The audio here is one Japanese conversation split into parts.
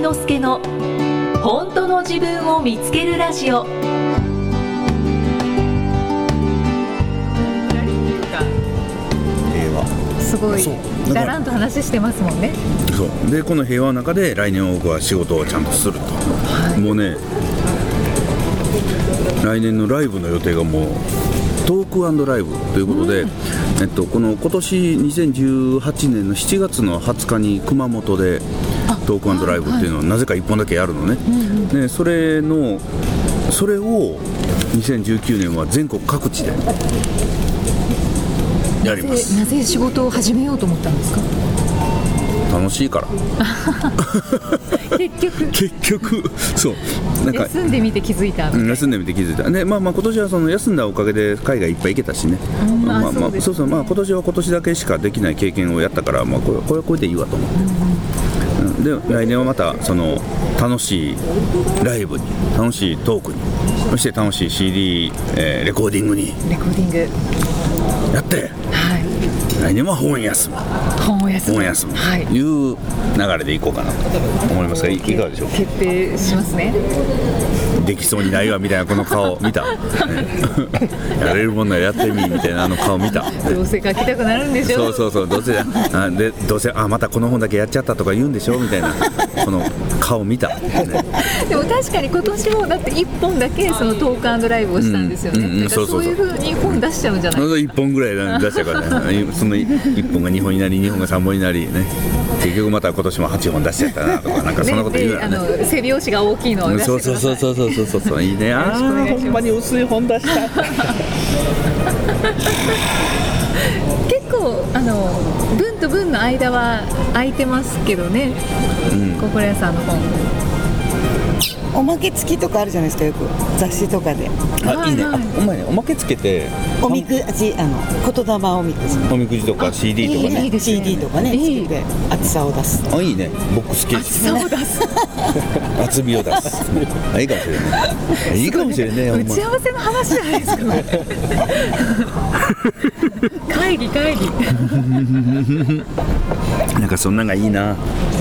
之助の本当の自分を見つけるラジオ。 すごいだらんと話してますもんね。 そうで、この平和の中で来年僕は仕事をちゃんとすると、はい、もうね、来年のライブの予定がもうトーク&ライブということで、この今年2018年の7月の20日に熊本でトーク&ライブっていうのをなぜか1本だけやるのね、でそれを2019年は全国各地でやります。 なぜ仕事を始めようと思ったんですか？ 楽しいから結局そうなんか休んでみて気づいたで、今年はその休んだおかげで海外いっぱい行けたしね、そうそう、今年は今年だけしかできない経験をやったから、これはこれでいいわと思って、で来年はまたその楽しいライブに、楽しいトークに、そして楽しい CD、レコーディングやって、はい、来年は本休む、はい、いう流れでいこうかなと思いますが、いかがでしょうか。 決定しますね。 できそうにないわみたいなこの顔見たやれるもんならやってみみたいなあの顔見た。 どうせ書きたくなるんでしょ。 そうどうせまたこの本だけやっちゃったとか言うんでしょみたいなこの顔見た、 でも確かに今年もだって1本だけそのトーク&ライブをしたんですよね。だからそういう風に本出しちゃうんじゃないですか。 1本ぐらい出しちゃうからねその1本が2本になり2本が3本になりね、結局また今年も8本出しちゃったなとかなんかそんなこと言うからね。 背拍子が大きいのを出してください。 そういいね。ほんまに薄い本出した結構文と文の間は空いてますけどね、心屋さんの本おまけ付きとかあるじゃないですか、よく雑誌とかで。 いいね。お前ね、おまけつけておみくじ、言霊おみくじ、 おみくじとか CD とかね、 CD とかね、つけて厚さを出す。 いいね。僕好き。 厚さを出す厚みを出すいいかもしれない。いいかもしれない。 打ち合わせの話じゃないですか会議なんかそんなんがいいな。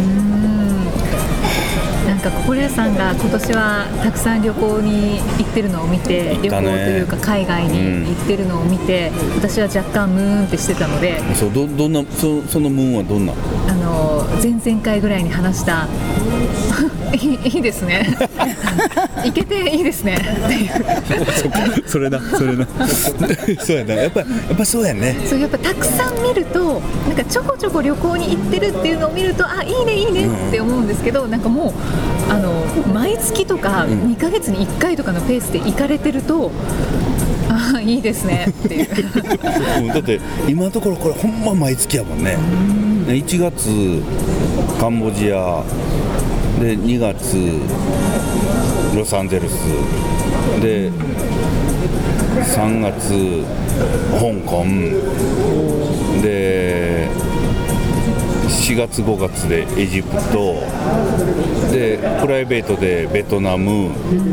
なんか心屋さんが今年はたくさん旅行に行ってるのを見て、旅行というか海外に行ってるのを見て、私は若干ムーンってしてたので、 どんなそのムーンはどんな？ 前々回ぐらいに話したいいですねいけていいですねっていうそれなそうやな、やっぱそうやね。 そう、やっぱたくさん見ると、なんかちょこちょこ旅行に行ってるっていうのを見ると、いいねって思うんですけど、なんかもう毎月とか2ヶ月に1回とかのペースで行かれてると、いいですねっていうだって今のところこれほんま毎月やもんね。1月カンボジアで、2月ロサンゼルスで、3月香港で、4月5月でエジプトで、プライベートでベトナム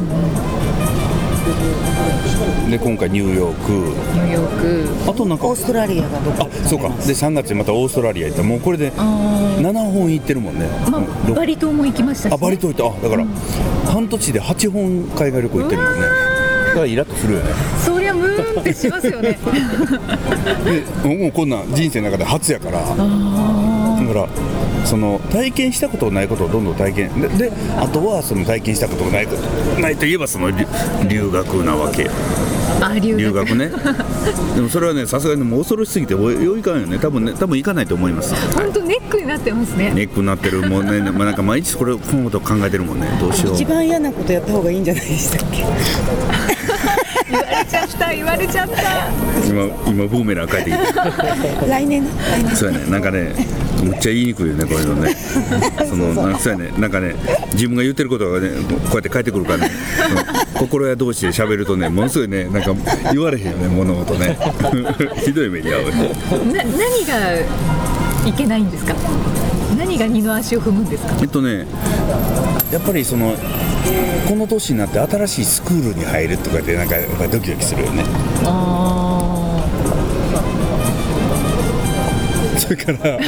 で、今回ニューヨーク、あとなんかオーストラリアがどこか、 そうか。で3月にまたオーストラリア行った。もうこれで7本行ってるもんね。 バリ島も行きましたし、ね、 バリ島行った。だから半年で8本海外旅行行ってるもんね。だからイラッとするよね。 そりゃムーンってしますよねでもうこんな人生の中で初やから、だからその体験したことないことをどんどん体験で、あとはその体験したことがないといえばその留学なわけ。留学ねでもそれはね、さすがにもう恐ろしすぎてよいかんよね。多分行かないと思います。 本当ネックになってますね。 ネックになってるもんね。なんか毎日このことを考えてるもんね。どうしよう。 一番嫌なことやった方がいいんじゃないでしたっけ言われちゃった今ブーメラン帰ってきて来年そうやね。なんかね、むっちゃ言いにくいよね、こういうのねそうやね。なんかね、自分が言ってることがね、こうやって返ってくるからね心屋同士で喋るとね、ものすごいね、なんか言われへんよね、物事ねひどい目に遭う何がいけないんですか？何が二の足を踏むんですか？ やっぱりこの年になって新しいスクールに入るとかで、なんかやっぱりドキドキするよね。それかから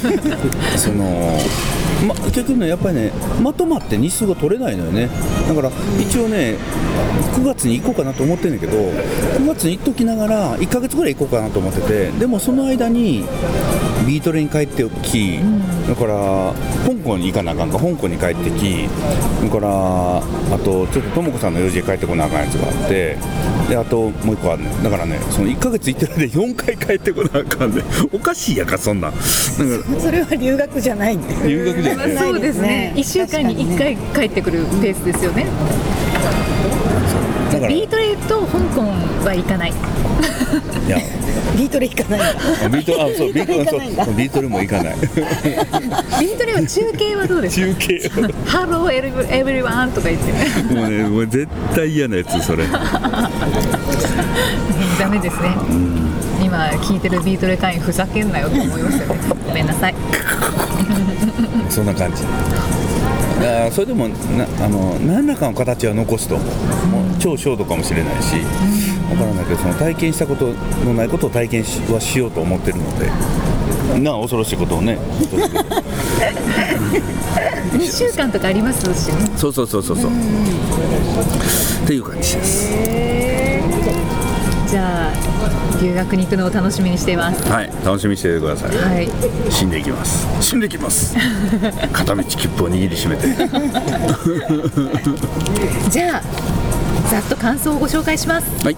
結局ねやっぱりねまとまって日数が取れないのよね。だから一応ね9月に行こうかなと思ってんだけど、9月に行っときながら1ヶ月ぐらい行こうかなと思ってて、でもその間にビートレに帰ってき、だから香港に行かなあかんか、香港に帰ってき、だからあとちょっとともこさんの用事で帰ってこなあかんやつがあって、であともう1個あるね。だからねその1ヶ月行ってる間で4回帰ってこなあかんね。おかしいやかそんなん。だからそれは留学じゃないんで。 留学じゃない。 そうですね。1週間に1回帰ってくるペースですよね。 だからビートレと香港は行かない。 いやビートレ行かないんだ。 ビートレも行かない。 ビートレは中継はどうですか？ 中継ハローエブリワンとか言ってね。 もう絶対嫌なやつそれ。 ダメですね。今聞いてるビートレ会員ふざけんなよと思いますよね。ごめんなさい。 そんな感じ。それでも何らかの形は残すと、超ショートかもしれないし、分からないけど、その体験したことのないことを体験はしようと思ってるので、恐ろしいことをね。 2週間とかありますしね。 そうっていう感じです。 じゃあ留学に行くのを楽しみにしています。 はい、楽しみにしていてください。 はい、 死んでいきます片道切符を握りしめて。 じゃあざっと感想をご紹介します。 はい。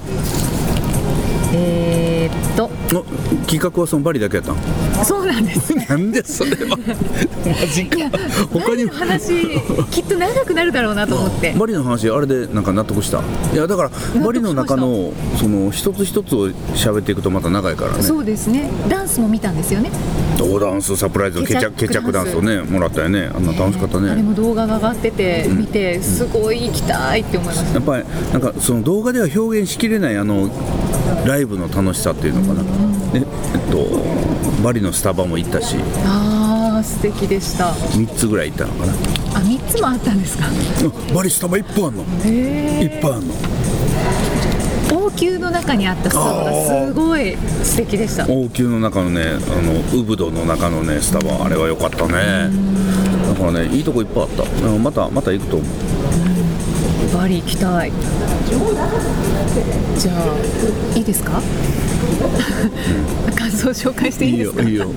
企画はそのバリだけやったん？ そうなんです。 なんでそれはマジか。 他にも話きっと長くなるだろうなと思って。 バリの話あれでなんか納得した。いやだからバリの中のその一つ一つを喋っていくとまた長いからね。 そうですね。ダンスも見たんですよね。 ダンスサプライズのケチャクダンスをねもらったよね。あんな楽しかったね。 あれも動画が上がってて見てすごい行きたいって思いました。 やっぱりなんかその動画では表現しきれないライブの楽しさっていうのかな。バリのスタバも行ったし。 素敵でした。 3つぐらい行ったのかな。 3つもあったんですか？ バリスタバいっぱいあんの。いっぱいあんの。 王宮の中にあったスタバがすごい素敵でした。 王宮の中のねウブドの中のねスタバ、あれは良かったね。だからねいいとこいっぱいあった。また行くと思う。 バリ行きたい。じゃあいいですか？感想を紹介していいですか？ いいよ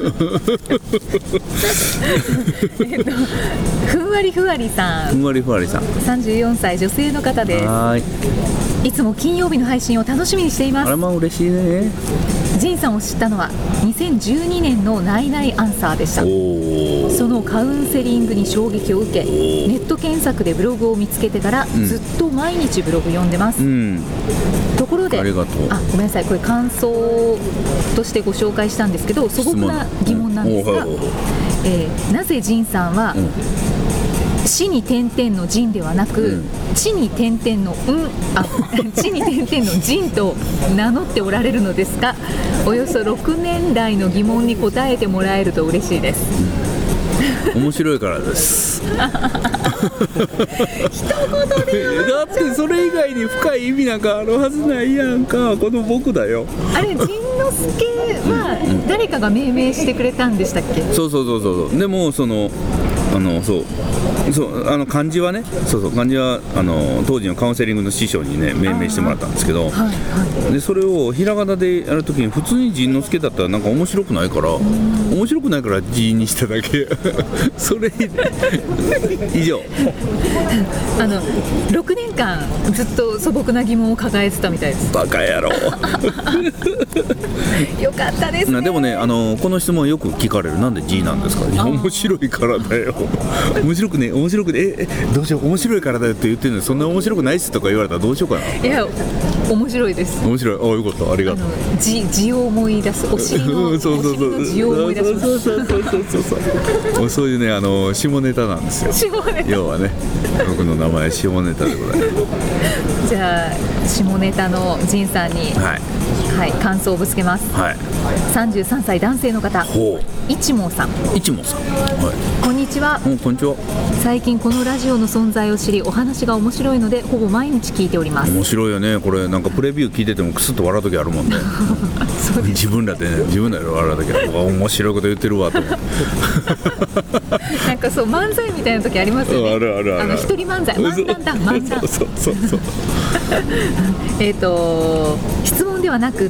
ふんわりふわりさん34歳女性の方です。いつも金曜日の配信を楽しみにしています。 あらまあ嬉しいね。 ジンさんを知ったのは2012年のナイナイアンサーでした。そのカウンセリングに衝撃を受け、ネット検索でブログを見つけてからずっと毎日ブログ読んでます。ところで、 ありがとう。 ごめんなさい、これ感想としてご紹介したんですけど、素朴な疑問なんですが、なぜジンさんは、死に点々の人ではなく、地に点々の地に点々の人と名乗っておられるのですか？およそ6年来の疑問に答えてもらえると嬉しいです。 面白いからです。 一言でだってそれ以外に深い意味なんかあるはずないやんか。この僕だよ。 あれ、仁之助は誰かが命名してくれたんでしたっけ？ そうでも漢字はね、漢字は当時のカウンセリングの師匠にね命名してもらったんですけど、でそれをひらがなでやるときに普通に仁之助だったらなんか面白くないから字にしただけ。それ以上。 6年間ずっと素朴な疑問を抱えてたみたいです。 バカ野郎。 よかったですね。 でもねこの質問よく聞かれる。なんで字なんですか？面白いからだよ。面白くねどうしよう、面白いからだよって言ってるのにそんな面白くないっすとか言われたらどうしようかな。 いや面白いです。 面白い。よかった、ありがとう。 字を思い出す、お尻の字を思い出します。 そういうね下ネタなんですよ。 下ネタ。 要はね僕の名前下ネタでございます。 じゃあ下ネタの仁さんに感想をぶつけます。33歳男性の方、一毛さん。 一毛さん。 こんにちは。 こんにちは。 最近このラジオの存在を知り、お話が面白いのでほぼ毎日聞いております。 面白いよね。これなんかプレビュー聞いててもクスッと笑う時あるもんね。 そうです。 自分らで笑う時ある。面白いこと言ってるわと思って。 なんかそう漫才みたいな時ありますよね。 ある一人漫才、漫談だ漫談。 そう質問ではなくって、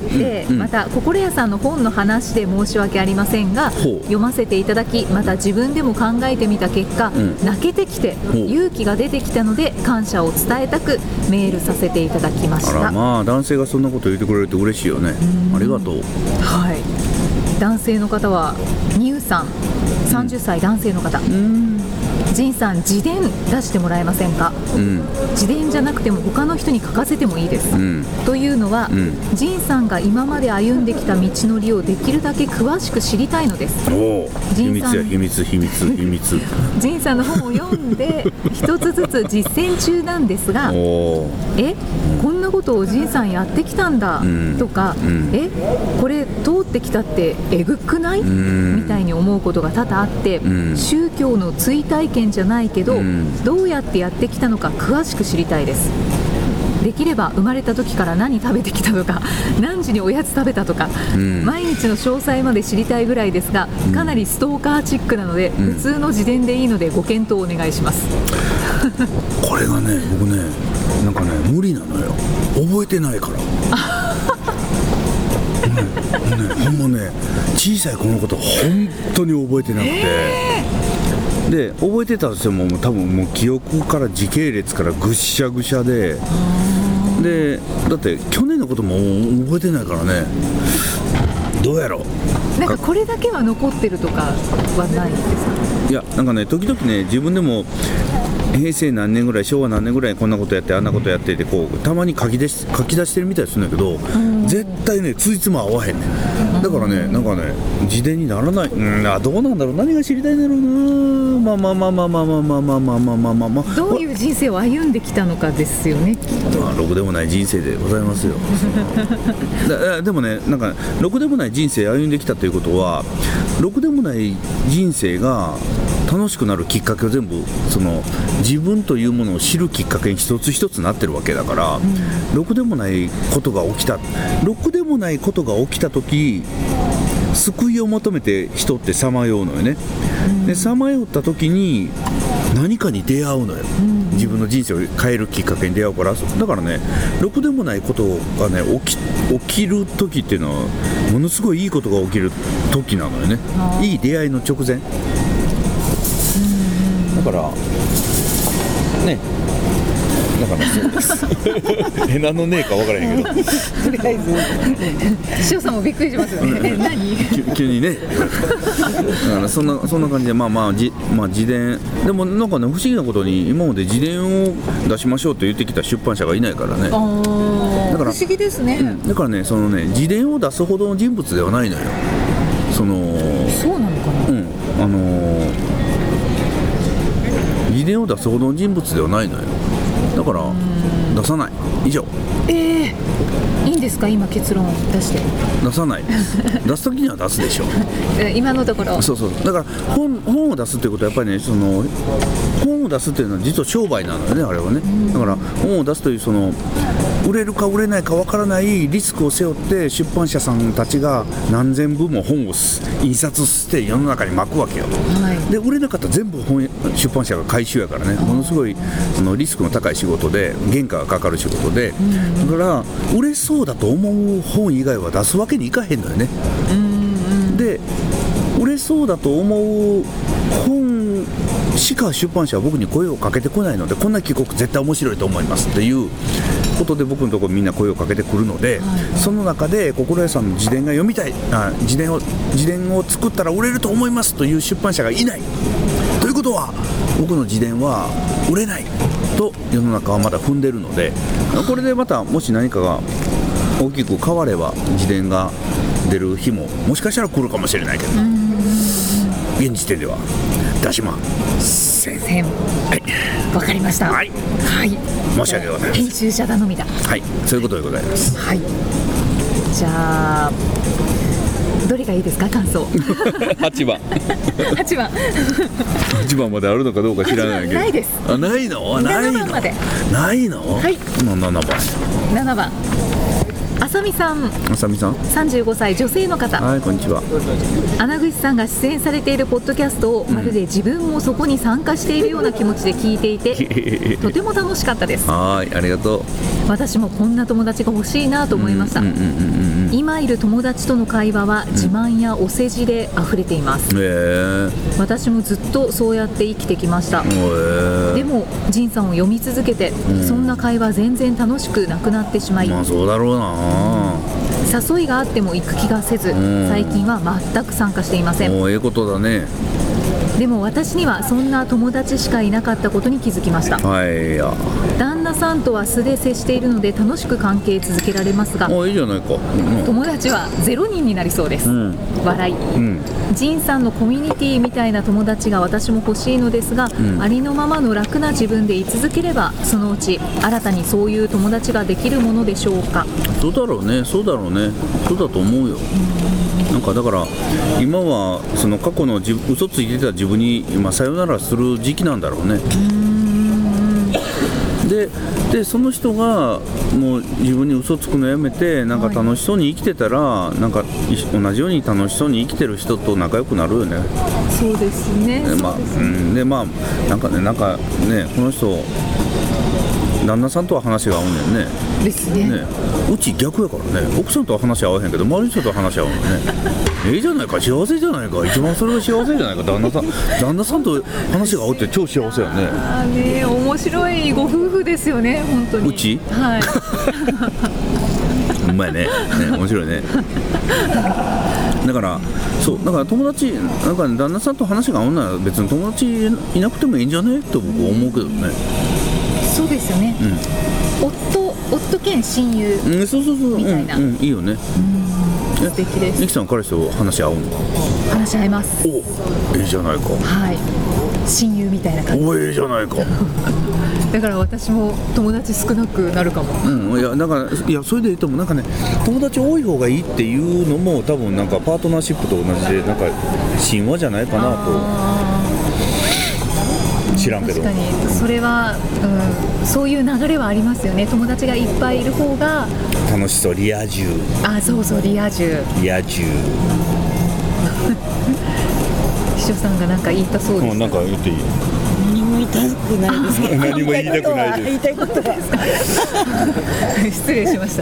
また心屋さんの本の話で申し訳ありませんが、読ませていただき、また自分でも考えてみた結果、泣けてきて勇気が出てきたので感謝を伝えたくメールさせていただきました。 あら、まあ男性がそんなこと言ってくれると嬉しいよね。ありがとう。 はい。男性の方はニューさん、30歳男性の方。仁さん、自伝出してもらえませんか。自伝じゃなくても他の人に書かせてもいいです、というのは、仁さんが今まで歩んできた道のりをできるだけ詳しく知りたいのです。 秘密や秘密仁さんの本を読んで一つずつ実践中なんですが、こんなことを仁さんやってきたんだ、とか、これ通ってきたってえぐくない、みたいに思うことが多々あって、宗教の追体験じゃないけど、どうやってやってきたのか詳しく知りたいです。できれば生まれた時から何食べてきたとか、何時におやつ食べたとか、毎日の詳細まで知りたいぐらいですが、かなりストーカーチックなので、普通の自伝でいいのでご検討お願いします。 これがね、僕ね、なんかね、無理なのよ。覚えてないからほんまね、小さい子のこと本当に覚えてなくて、で覚えてたとしても多分もう記憶から時系列からぐっしゃぐしゃで、だって去年のことも覚えてないからね。どうやろう。 なんかこれだけは残ってるとかはないんですか。 いや、なんかね、時々ね、自分でも平成何年ぐらい、昭和何年ぐらいこんなことやってあんなことやってて、こうたまに書き出してるみたいするんだけど、絶対ねついつま合わへんねん。だからね、なんかね、自伝にならない。どうなんだろう。何が知りたいんだろうな。 どういう人生を歩んできたのかですよね。 ろくでもない人生でございますよ。でもね、なんかろくでもない人生歩んできたということは、ろくでもない人生が楽しくなるきっかけを全部その自分というものを知るきっかけに一つ一つなってるわけだから、ろくでもないことが起きた時、救いを求めて人ってさまようのよね。でさまよった時に何かに出会うのよ。自分の人生を変えるきっかけに出会うから。だからね、ろくでもないことがね起きる時っていうのはものすごいいいことが起きる時なのよね。いい出会いの直前だからね。だからそうです何のねえか分からへんけど、 とりあえず師匠さんもびっくりしますよね。何急にねそんな感じで、自伝でもなんかね、不思議なことに今まで自伝を出しましょうと言ってきた出版社がいないからね。だから不思議ですね。 だからね、そのね、自伝を出すほどの人物ではないのよ。 そうなのかな。 自伝を出すほどの人物ではないのよ。だから出さない。以上。 いいんですか、今結論出して。 出さないです出すときには出すでしょ今のところ。 そうだから本を出すっていうことはやっぱりね、その本を出すっていうのは実は商売なのよね、あれはね。だから本を出すというその売れるか売れないかわからないリスクを背負って出版社さんたちが何千部も本を印刷して世の中に巻くわけよ、で売れなかったら全部出版社が回収やからね。ものすごいリスクの高い仕事で原価がかかる仕事で、だから売れそうだと思う本以外は出すわけにいかへんのよね。で売れそうだと思う本しか出版社は僕に声をかけてこないので、こんな帰国絶対面白いと思いますっていうことで僕のところみんな声をかけてくるので、その中で心屋さんの自伝が読みたい、自伝を作ったら売れると思いますという出版社がいないということは、僕の自伝は売れないと世の中はまだ踏んでるので、これでまたもし何かが大きく変われば自伝が出る日ももしかしたら来るかもしれないけど、現時点では出しません。はい、 わかりました。 はい、申し訳ございません。 編集者頼みだ。 はい、そういうことでございます。 はい、じゃあどれがいいですか、感想。 8番 8番 8番まであるのかどうか知らないけど。 ないです。 あ、ないの？ないの？ 7番まで。 ないの？ はい。 7番。 7番、あさみさん、 あさみさん。 35歳女性の方。 はい、こんにちは。 穴口さんが出演されているポッドキャストを、まるで自分もそこに参加しているような気持ちで聞いていてとても楽しかったです。 はい、ありがとう。 私もこんな友達が欲しいなと思いました。今いる友達との会話は自慢やお世辞で溢れています。私もずっとそうやって生きてきました。でも仁さんを読み続けて、そんな会話全然楽しくなくなってしまい、 まあそうだろうな。 誘いがあっても行く気がせず、最近は全く参加していません。 ええことだね。 でも私にはそんな友達しかいなかったことに気づきました。 はいや。 旦那さんとは素で接しているので楽しく関係続けられますが、 いいじゃないか。 友達は0人になりそうです。笑い。仁さんのコミュニティみたいな友達が私も欲しいのですが、ありのままの楽な自分で居続ければ、そのうち新たにそういう友達ができるものでしょうか。 そうだろうね、そうだろうね、そうだと思うよ。なんかだから今はその過去の嘘ついてた自分に今さよならする時期なんだろうね。でその人がもう自分に嘘つくのやめて、なんか楽しそうに生きてたら、なんか同じように楽しそうに生きてる人と仲良くなるよね。 そうですね。 でまあなんかねこの人旦那さんとは話が合うんだよね。 ですね。 うち逆やからね、奥さんとは話合わへんけど周りの人とは話合うのね。じゃないか、幸せじゃないか、一番それが幸せじゃないか。旦那さんと話が合うって超幸せやね。 面白いご夫婦ですよね、本当に。 うちはい。 うまいね、面白いね。だから友達なんか、ね、旦那さんと話が合うなら別に友達いなくてもいいんじゃねと僕は思うけどね。 そうですよね。夫兼親友そうみたいな。 いいよね。 素敵です。 ミキさん彼氏と話合うの？ 話し合います。 いいじゃないか。 はい。親友みたいな感じ。 いいじゃないか。 だから私も友達少なくなるかも。 いやそれでいいと思う。なんかね、友達多い方がいいっていうのも多分なんかパートナーシップと同じで、なんか神話じゃないかなと。知らんけど。 確かにそれは、そういう流れはありますよね。友達がいっぱいいる方が楽しそう。リア充。 そうリア充。秘書さんがなんか言ったそうです。 なんか言っていい？ 何も言いたくないですけど。 何も言いたくないです。 言いたいことは失礼しました。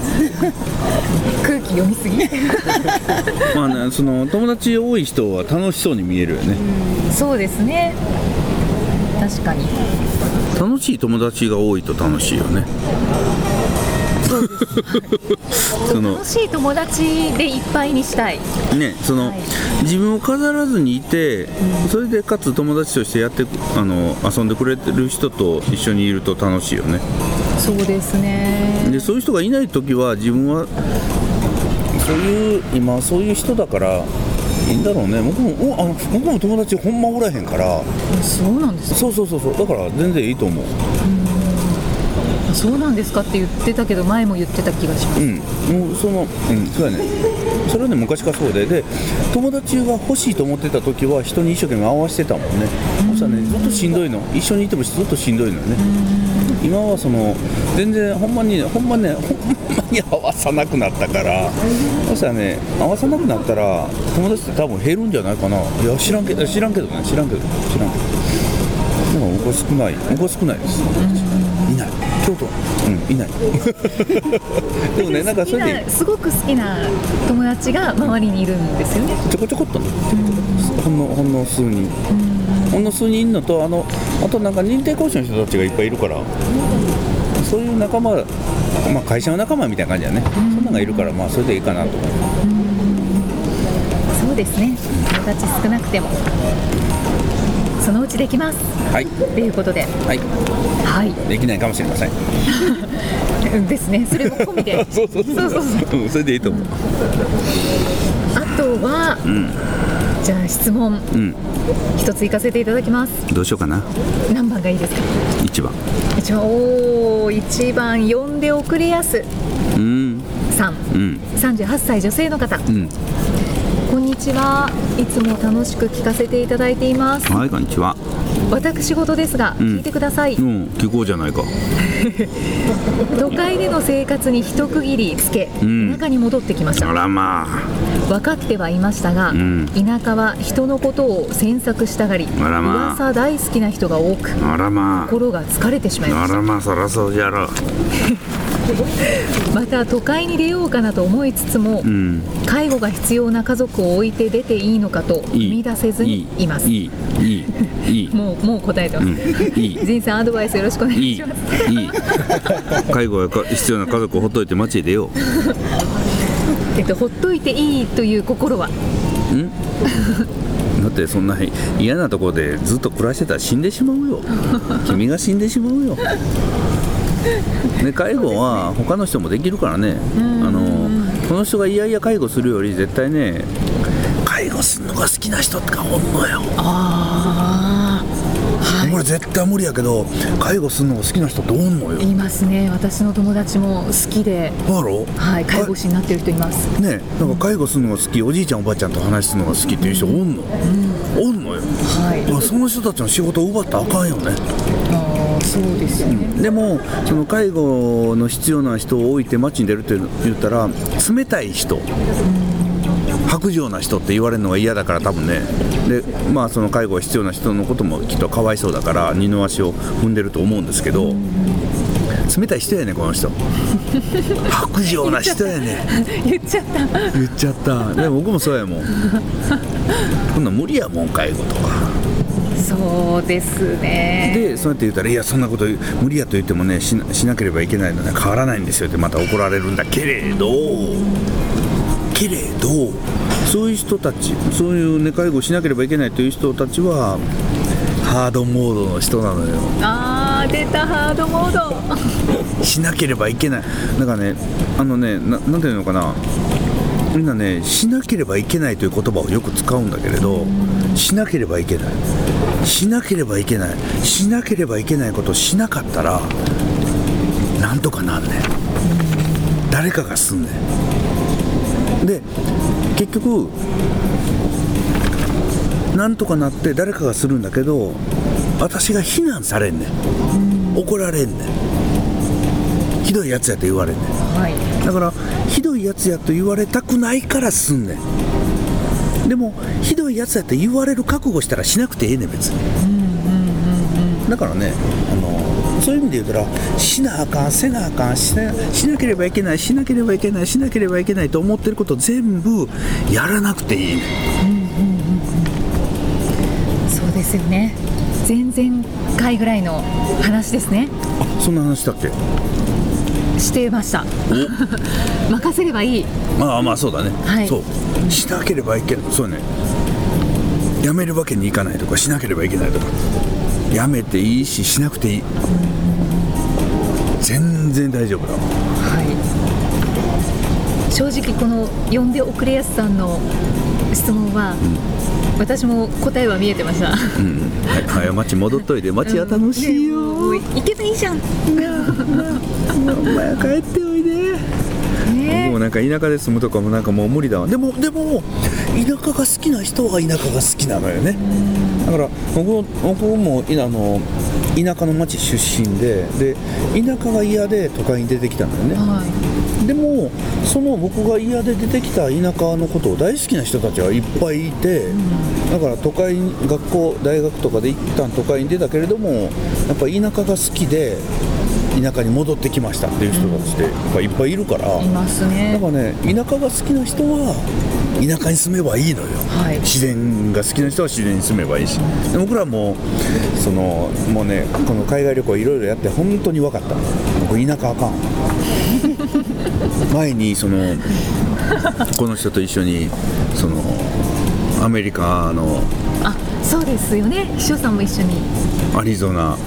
空気読みすぎ。 まあね、その友達多い人は楽しそうに見えるよね。 そうですね。確かに。 楽しい友達が多いと楽しいよね。 そうです楽しい友達でいっぱいにしたいね。 自分を飾らずにいて、それでかつ友達として遊んでくれてる人と一緒にいると楽しいよね。 そうですね。 でそういう人がいないときは自分は今そういう人だからいいんだろうね。僕も友達ほんまおらへんから。 そうなんですか。 そうだから全然いいと思う。 そうなんですかって言ってたけど、前も言ってた気がします。 もうそうやね。それはね、昔からそうで、友達が欲しいと思ってた時は人に一生懸命合わせてたもんね。そしたらね、ずっとしんどいの。一緒にいてもずっとしんどいのよね。今は全然ほんまに合わさなくなったから。そしたらね、合わさなくなったら友達って多分減るんじゃないかな。いや知らんけどね。でも僕は少ないです。いない。京都いない。でもね、なんかそれですごく好きな友達が周りにいるんですよね。 ちょこちょこっとね。ほんの数人。ほんの数人いるのと、あとなんか認定講師の人たちがいっぱいいるから、そういう仲間、会社の仲間みたいな感じだね。そんなのがいるから、それでいいかなと思う。 そうですね。友達少なくてもそのうちできます。 はい。 ということで。 はい。 はい。 できないかもしれません。 ですね。それも込みで。 そう。それでいいと思う。 あとは、じゃあ質問、一つ行かせていただきます。 どうしようかな。 何番がいいですか。 1番。 1番読んで遅れやす。 さん、38歳女性の方、こんにちは。いつも楽しく聞かせていただいています。 はい、こんにちは。 私事ですが、聞いてください。 聞こうじゃないか。 都会での生活に一区切りつけ、田舎に戻ってきました。 あらまあ。 分かってはいましたが、田舎は人のことを詮索したがり、噂大好きな人が多く、心が疲れてしまいました。 あらまあ、そらそうじゃろ。 また都会に出ようかなと思いつつも、介護が必要な家族を置いて出ていいのかと踏み出せずにいます。もう答えてます。仁さん、アドバイスよろしくお願いします。 介護が必要な家族をほっといて街へ出よう。 ほっといていいという心はだってそんな嫌なところでずっと暮らしてたら死んでしまうよ。君が死んでしまうよ。で介護は他の人もできるからね。この人がいやいや介護するより絶対ね、介護するのが好きな人ってかおんのよ。これ絶対無理やけど、介護するのが好きな人っておんのよ。 いますね。私の友達も好きで、はい、介護士になってる人いますね。 なんか介護するのが好き、おじいちゃんおばあちゃんと話するのが好きっていう人おんの、おんのよ。その人たちの仕事を奪ったらあかんよね。 そうですよね。 でもその介護の必要な人を置いて街に出るって言ったら、冷たい人、薄情な人って言われるのが嫌だから多分ね。でその介護が必要な人のこともきっとかわいそうだから二の足を踏んでると思うんですけど、冷たい人やねこの人。薄情な人やね。 言っちゃった。 でも僕もそうやもん。こんなん無理やもん、介護とか。 そうですね。 でそうやって言ったら、いやそんなこと無理やと言ってもね、しなければいけないのは変わらないんですよってまた怒られるんだけれど、そういう人たち、そういうね、介護しなければいけないという人たちはハードモードの人なのよ。 出た、ハードモード。 しなければいけない。だからね、なんていうのかな、みんなね、しなければいけないという言葉をよく使うんだけれど、しなければいけないことをしなかったらなんとかなんねん。誰かがすんねん。で結局なんとかなって誰かがするんだけど、私が非難されんねん。怒られんねん。ひどいやつやと言われんねん。だからひどいやつやと言われたくないからすんねん。でもひどいやつやと言われる覚悟したらしなくてええねん、別に。だからね、そういう意味で言うたら、しなあかん、せなあかん、しなければいけないと思ってること全部やらなくていいね。 そうですよね。前々回ぐらいの話ですね。 そんな話だっけ？ してました。任せればいい。 そうだね、そうしなければいけない。そうね、やめるわけにいかないとか、しなければいけないとか、やめていいし、しなくていい。全然大丈夫だ。 正直この呼んでおくれやすさんの質問は、私も答えは見えてました。 早町戻っといて、町は楽しいよ。 行けばいいじゃん。 お前帰っておいで。もうなんか田舎で住むとかもなんかもう無理だわ。でも田舎が好きな人は田舎が好きなのよね。だから僕も田舎の町出身で田舎が嫌で都会に出てきたんだよね。でもその僕が嫌で出てきた田舎のことを大好きな人たちはいっぱいいて、だから都会、学校、大学とかで一旦都会に出たけれども、やっぱり田舎が好きで田舎に戻ってきましたっていう人たちってやっぱいっぱいいるから。 いますね。 だからね、田舎が好きな人は田舎に住めばいいのよ。自然が好きな人は自然に住めばいいし。で僕らももうね、この海外旅行いろいろやって本当に分かった。僕田舎あかん。前にこの人と一緒にアメリカのそうですよね、秘書さんも一緒にアリゾナ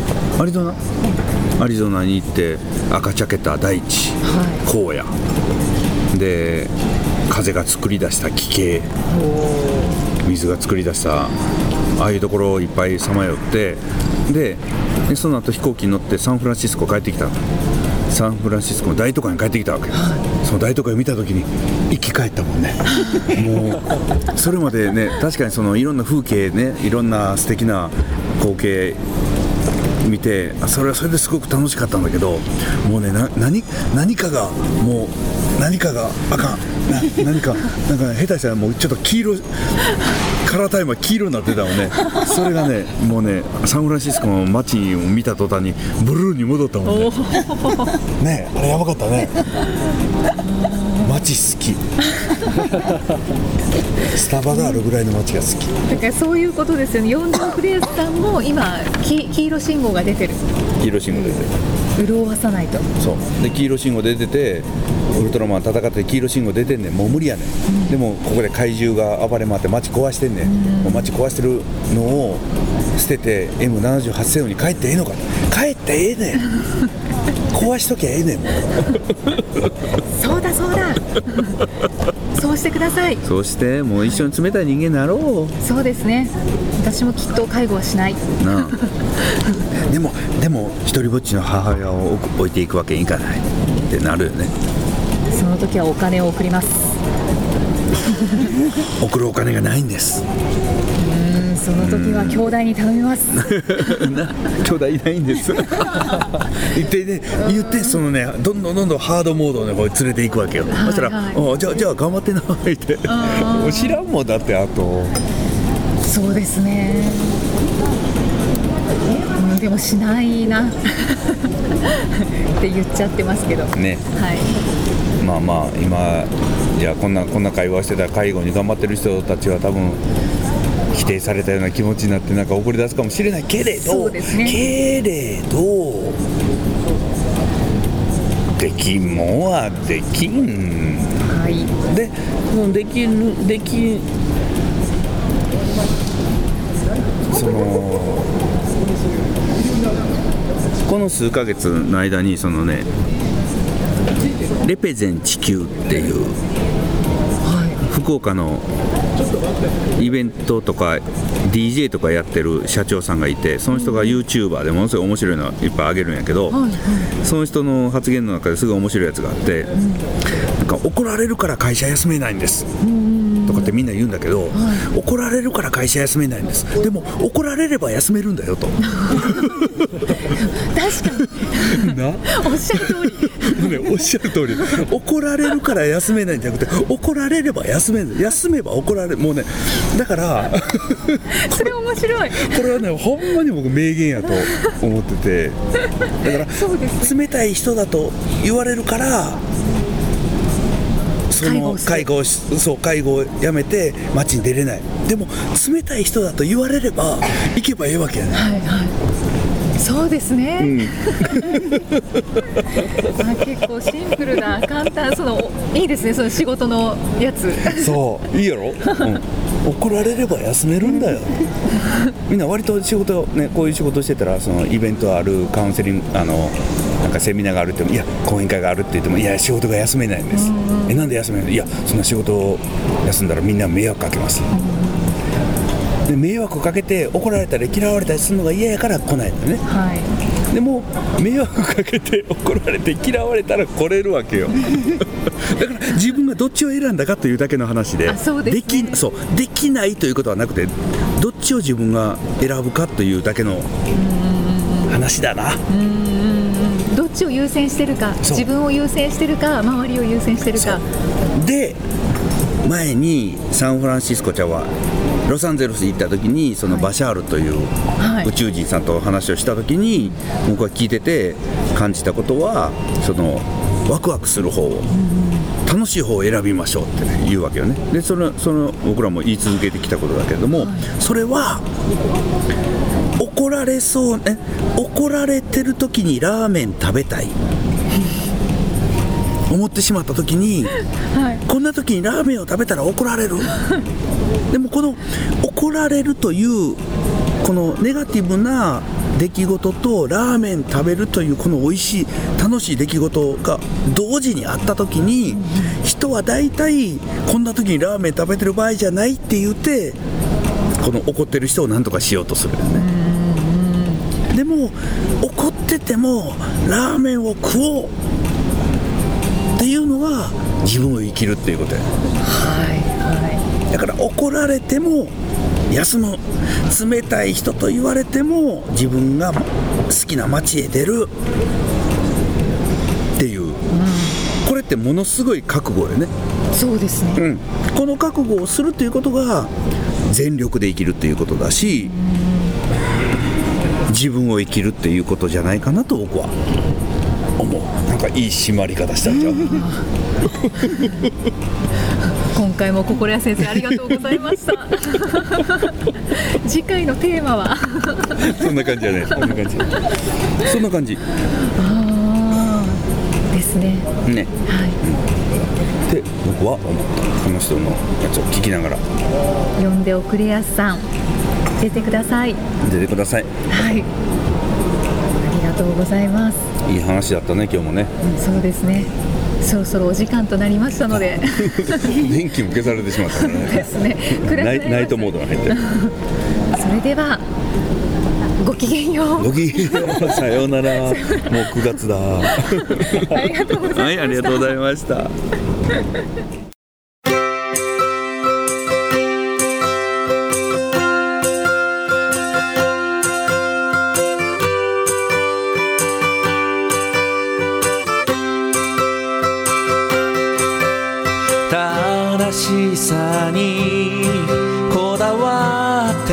に行って、赤茶けた大地、荒野で風が作り出した気形、水が作り出したああいうところをいっぱいさまよって、でその後飛行機に乗ってサンフランシスコ帰ってきた。 サンフランシスコの大都会に帰ってきたわけ、その大都会を見た時に生き返ったもんねもうそれまでね、確かにそのいろんな風景ね、いろんな素敵な光景見て、それはそれですごく楽しかったんだけど、もうね、何かがもう何かがあかん何かなんか下手したらもうちょっと黄色カラータイムは黄色になってたもんねそれがね、もうね、サンフランシスコの街を見た途端にブルーに戻ったもんねね、あれやばかったね街好きスタバがあるぐらいの街が好きだからそういうことですよね。40フレーズさんも今黄色信号が出てる。 黄色信号出てる、 潤わさないと。 そうで、黄色信号出てて、ウルトラマン戦って黄色信号出てんねん、もう無理やねん、でもここで怪獣が暴れ回って街壊してんねん、もう街壊してるのを捨てて M78 星雲に帰ってええのか、帰ってええねん壊しときゃええねんもうそうだそうだそうしてください。 そうしてもう一緒に冷たい人間になろう。 そうですね。私もきっと介護はしないなあでも一人ぼっちの母親を置いていくわけにいかないってなるよね。 その時はお金を送ります送るお金がないんです。 その時は兄弟に頼みます兄弟いないんです言ってそのね、どんどんハードモードでこう連れていくわけよ、そしたら、じゃあ頑張ってなってもう知らんもんだって。あとそうですね、でもしないなって言っちゃってますけどね、 はい、 まあ今じゃあこんな会話してたら介護に頑張ってる人たちは多分否定されたような気持ちになってなんか怒り出すかもしれないけれど、 そうですね、 できんもんはできん、 はい、 でそのこの数ヶ月の間にそのね、レペゼン地球っていう、福岡のイベントとか DJ とかやってる社長さんがいて、その人が YouTuber でものすごい面白いのいっぱいあげるんやけど、その人の発言の中ですごい面白いやつがあって、なんか怒られるから会社休めないんですとかってみんな言うんだけど、怒られるから会社休めないんです、でも怒られれば休めるんだよと確かになおっしゃる通りおっしゃる通り、怒られるから休めないんじゃなくて、怒られれば休める、休めば怒られる、もうね、だからそれ面白い。 これはね、ほんまに僕名言やと思ってて、だからそうですね、 冷たい人だと言われるから、その介護をやめて街に出れない、でも冷たい人だと言われれば行けばいいわけやね、 はいはい、そうですね、結構シンプルな簡単、いいですね、その仕事のやつそういいやろ、怒られれば休めるんだよみんな割と仕事ね、こういう仕事してたら、そのイベントある、カウンセリングなんかセミナーがあるって言っても、いや講演会があるって言っても、いや仕事が休めないんです、なんで休めないの、いやそんな仕事を休んだらみんな迷惑かけます、で迷惑かけて怒られたり嫌われたりするのが嫌やから来ないのね、 はい、 でも迷惑かけて怒られて嫌われたら来れるわけよだから自分がどっちを選んだかというだけの話で、 そうですね、 できないということはなくて、どっちを自分が選ぶかというだけの話だな。 どっちを優先してるか、自分を優先してるか、周りを優先してるかで、前にサンフランシスコちゃんはロサンゼルスに行った時に、そのバシャールという宇宙人さんと話をした時に、僕が聞いてて感じたことは、そのワクワクする方を、楽しい方を選びましょうって、ね、言うわけよね。でその僕らも言い続けてきたことだけれども、それは怒られてる時にラーメン食べたい思ってしまった時に、こんな時にラーメンを食べたら怒られるでもこの怒られるというこのネガティブな出来事とラーメン食べるというこの美味しい楽しい出来事が同時にあった時に、人は大体こんな時にラーメン食べてる場合じゃないって言って、この怒ってる人を何とかしようとするよね。 でも怒っててもラーメンを食おうっていうのが自分を生きるっていうことや。だから怒られても休む、冷たい人と言われても自分が好きな街へ出るっていう、これってものすごい覚悟よね。 そうですね、 この覚悟をするということが全力で生きるっていうことだし、自分を生きるっていうことじゃないかなと僕は思う。なんかいい締まり方したんじゃん今回も心谷先生ありがとうございました次回のテーマはそんな感じじゃない、そんな感じそんな感じですね。 ね、で僕は思った。この人のやつを聞きながら呼んでおくれやすさん出てください。 出てください。 はい、ありがとうございます。 いい話だったね今日もね。 そうですね、そろそろお時間となりましたので電気も消されてしまったからねですねナイトモードが入ってそれではごきげんよう。 ごきげんよう、さようならもう9月だありがとうございました。 はい、ありがとうございました正しさにこだわって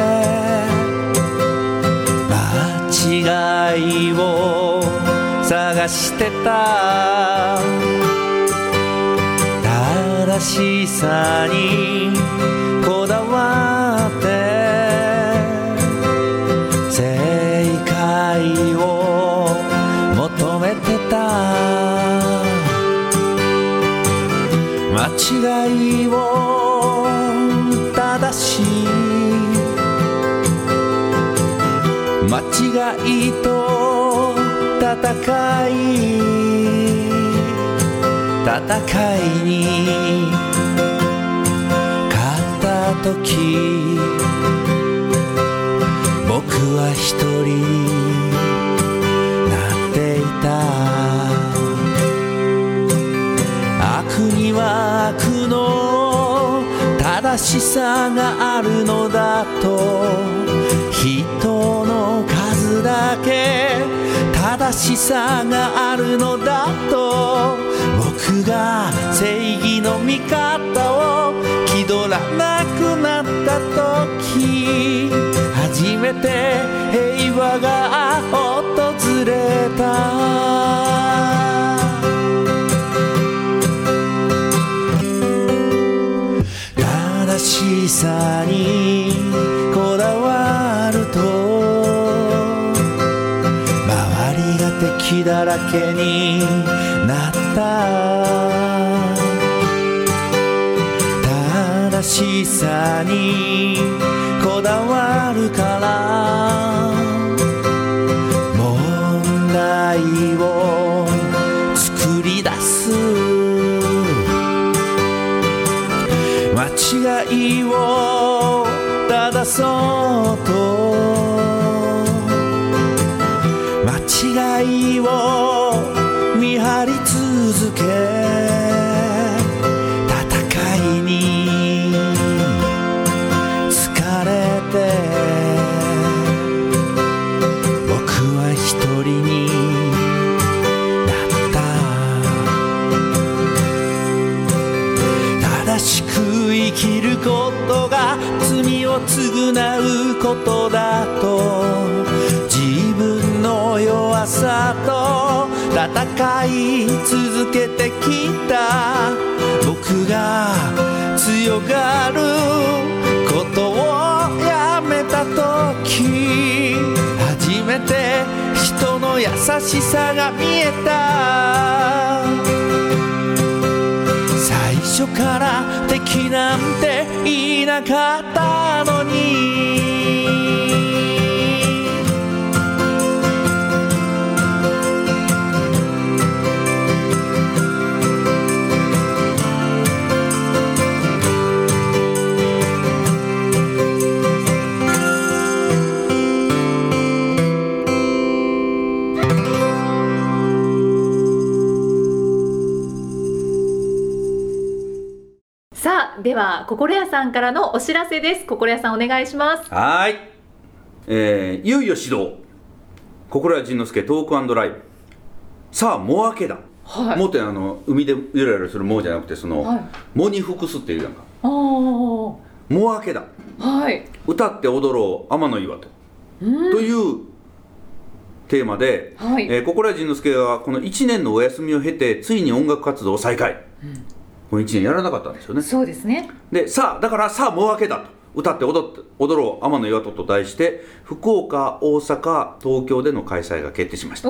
間違いを探してた。正しさにこだわって正解を求めてた。間違いを正し間違いと戦いに勝った時僕は一人になっていた。悪には悪の正しさがあるのだと、人の数だけ正しさがあるのだと、僕が正義の味方を気取らなくなった時、初めて平和が訪れた。正しさにこだわると周りが敵だらけになった。正しさにこだわるから問題を作り出す。間違いを正そうと間違いを見張り続け、戦いに疲れて僕は一人になった。正しく生きることが罪を償うことだと、自分の弱さと戦い続けてきた僕が強がることをやめた時、初めて人の優しさが見えた。最初から敵なんていなかったのに、 さあでは心屋さんからのお知らせです。心屋さんお願いします。 はい、いよいよ始動、心屋仁之助トーク&ライブ。さあもう明けだ、 はい、 もうって海でゆらゆらするもうじゃなくてはい、 藻に服すっていうやんか。 あもう明けだ、 はい、 歌って踊ろう天の岩戸というテーマで、 はい、 心屋仁之助はこの1年のお休みを経てついに音楽活動を再開、この1年やらなかったんですよね。 そうですね。 でさあだからさあもう明けだと、歌って踊ろう天の岩戸と題して福岡、大阪、東京での開催が決定しました。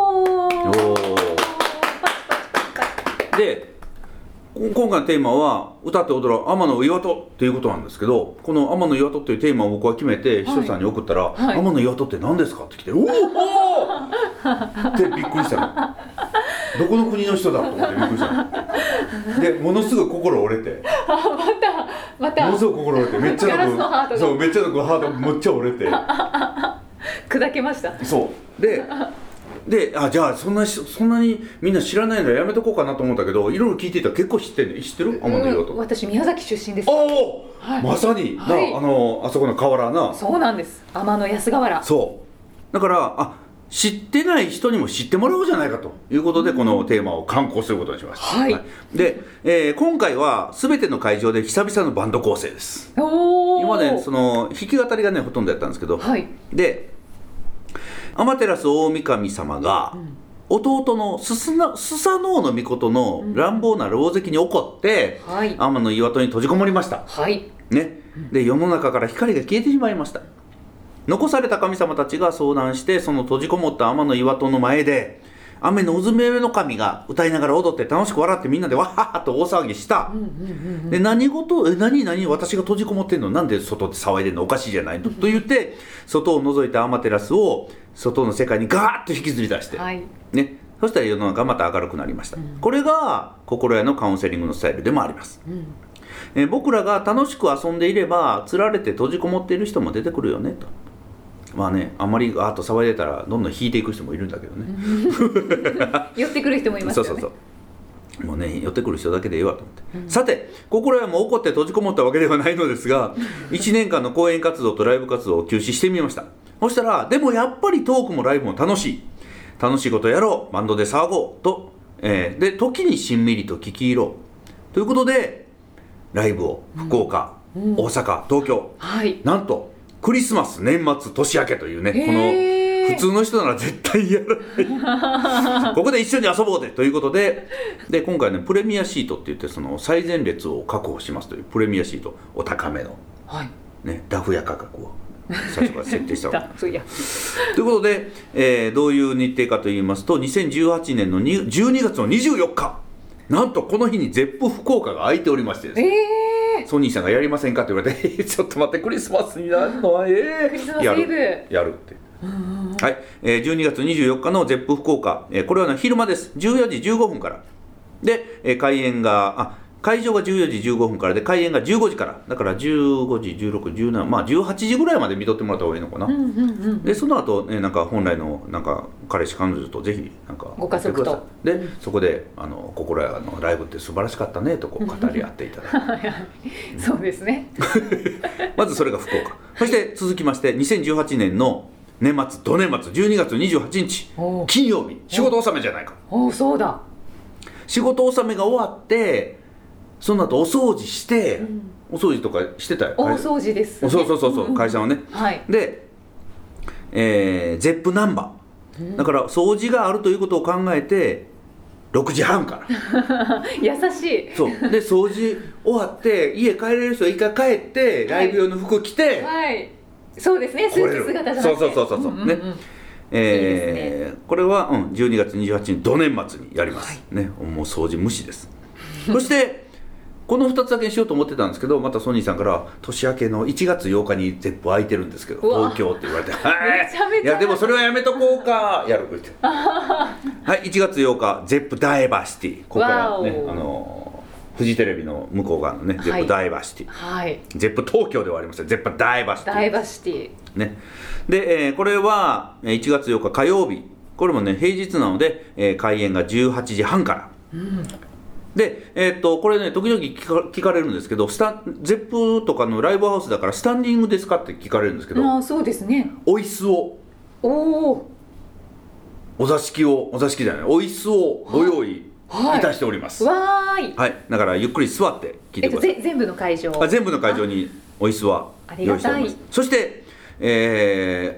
で今回のテーマは歌って踊ろう天の岩戸ということなんですけど、この天の岩戸というテーマを僕は決めて秘書さんに送ったら、天の岩戸って何ですかって来て、おおってびっくりしたの。どこの国の人だと思ってびっくりしたの。でものすごい心折れて、 またものすごい心折れて、めっちゃガラスのハートがそうめっちゃのハートめっちゃ折れて砕けました。 そうでじゃあそんなにみんな知らないのやめとこうかなと思ったけど、いろいろ聞いてたら結構知ってんね。知ってる？天の岩戸。 私宮崎出身です。 おお、はい、まさに、はい、あそこの河原な。 そうなんです、天の安河原。 そうだから知ってない人にも知ってもらおうじゃないかということで、このテーマを刊行することにしました。 はいはい、 で、今回は全ての会場で久々のバンド構成です。今まで弾き語りがねほとんどやったんですけど、はい、で天照大神様が、弟のスサノオノミコトの乱暴な狼藉に怒って、天の岩戸に閉じこもりました、はいね、で世の中から光が消えてしまいました。残された神様たちが相談して、その閉じこもった天の岩戸の前で雨のうずめの神が歌いながら踊って楽しく笑って、みんなでわははと大騒ぎした。で何私が閉じこもってんの、なんで外で騒いでんの、おかしいじゃないのと言って外を覗いた天照を外の世界にガーッと引きずり出して、はいね、そしたら世の中がまた明るくなりました、これが心屋のカウンセリングのスタイルでもあります、僕らが楽しく遊んでいればつられて閉じこもっている人も出てくるよねと。まあね、あんまりと騒いでたらどんどん引いていく人もいるんだけどね寄ってくる人もいますよね。 そうもうね寄ってくる人だけでいいわと思って、さて心屋も怒って閉じこもったわけではないのですが1年間の講演活動とライブ活動を休止してみました。そしたらでもやっぱりトークもライブも楽しいことやろう、バンドで騒ごうと、で時にしんみりと聞き入ろうということでライブを福岡、大阪、東京、はい、なんとクリスマス、年末、年明けというね、この普通の人なら絶対やらないここで一緒に遊ぼうでということで、今回ねプレミアシートって言って、その最前列を確保しますというプレミアシート、お高めの、はいね、ダフ屋価格を最初から設定したわけということで、どういう日程かといいますと、2018年の12月の24日、なんとこの日にゼップ福岡が空いておりましてですね、ソニーさんがやりませんかって言われてちょっと待って、クリスマスになるのはクリスマスイブやるって、はい、12月24日のゼップ福岡、これは、昼間です。14時15分からで、会場が14時15分からで、開演が15時から、だから15時16、17、まあ18時ぐらいまで見とってもらった方がいいのかな、でその後、なんか本来のなんか彼氏彼女とぜひなんかご家族とで、そこで心屋のライブって素晴らしかったねとこう語り合っていただいてそうですねまずそれが福岡。そして続きまして2018年の年末、土年末12月28日金曜日、仕事納めじゃないか。 そうだ、 仕事納めが終わって、その後お掃除して、お掃除とかしてたよ。 大掃除ですね。 そう会社はね、はい、で、ゼップナンバー、だから掃除があるということを考えて6時半から優しい。 そうで掃除終わって家帰れる人は一回帰ってライブ用の服着て、 はい、そうですね、スーツ姿じゃなくて、 そうね、これは、12月28日土年末にやります、はいね、もう掃除無視ですそしてこの2つだけにしようと思ってたんですけど、またソニーさんから年明けの1月8日にゼップ空いてるんですけど東京って言われていやでもそれはやめとこうかやるってはい1月8日ゼップダイバーシティ、ここからねフジテレビの向こう側のね、ゼップダイバーシティ、はい、ゼップ東京ではありません、ゼップダイバーシティね、で、これは1月8日火曜日、これもね平日なので、開演が18時半から、 で、これね時々聞かれるんですけど、ゼップとかのライブハウスだからスタンディングですかって聞かれるんですけど、 そうですね。 お椅子をお座敷じゃない、お椅子をご用意いたしております。 わーい。 はい、だからゆっくり座って聞いてください。 全部の会場にお椅子は用意しております。そして、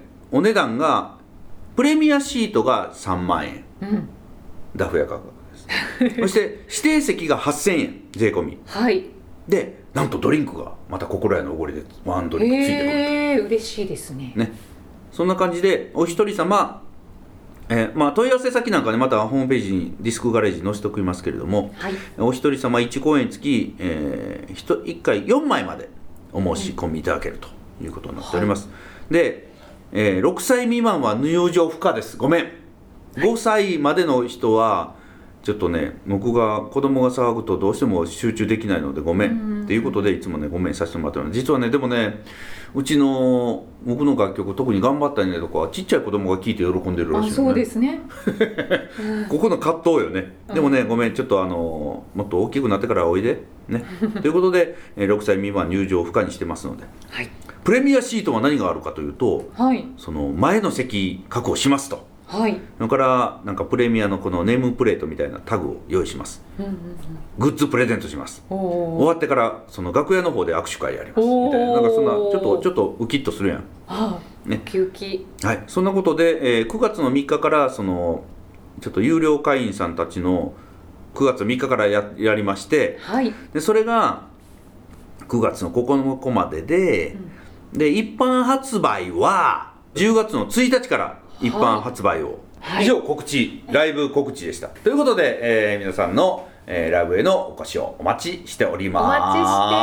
お値段がプレミアシートが3万円、ダフ屋価格です。そして指定席が8000円税込み、でなんとドリンクがまた心屋のおごりでワンドリンクついてくる。嬉しいですね。そんな感じでお一人様、問い合わせ先なんかねまたホームページにディスクガレージに載せておきますけれども、お一人様1公演につき、1回4枚までお申し込みいただけるということになっております。で、6歳未満は入場不可です。ごめん。5歳までの人はちょっとね、僕が子供が騒ぐとどうしても集中できないのでごめんっていうことでいつもねごめんさせてもらってます。実はね、でもね、僕の楽曲特に頑張ったねとかちっちゃい子供が聴いて喜んでるらしいよね。 そうですねここの葛藤よね。でもね、ごめん、ちょっともっと大きくなってからおいでねということで、6歳未満入場不可にしてますので、プレミアシートは何があるかというと、その前の席確保しますと、それからなんかプレミアのこのネームプレートみたいなタグを用意します、グッズプレゼントします。終わってからその楽屋の方で握手会やりますみたいな、なんかそんなちょっとウキッとするやん、 ウキウキ。 そんなことで、9月の3日からそのちょっと有料会員さんたちの9月3日からやりまして、でそれが9月の9日までで、で一般発売は10月の1日から一般発売を、以上ライブ告知でした。ということで、皆さんの、ライブへのお越しをお待ちしております。 お待ち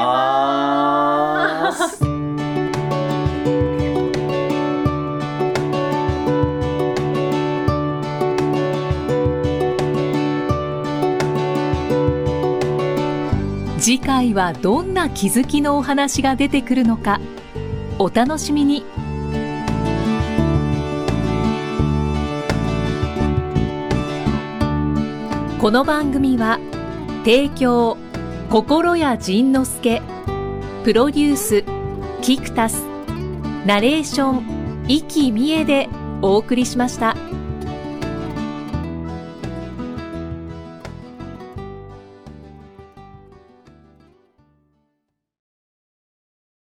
してます。 次回はどんな気づきのお話が出てくるのか、お楽しみに。この番組は提供心谷仁之助、プロデュースキクタス、ナレーション生きみえでお送りしました。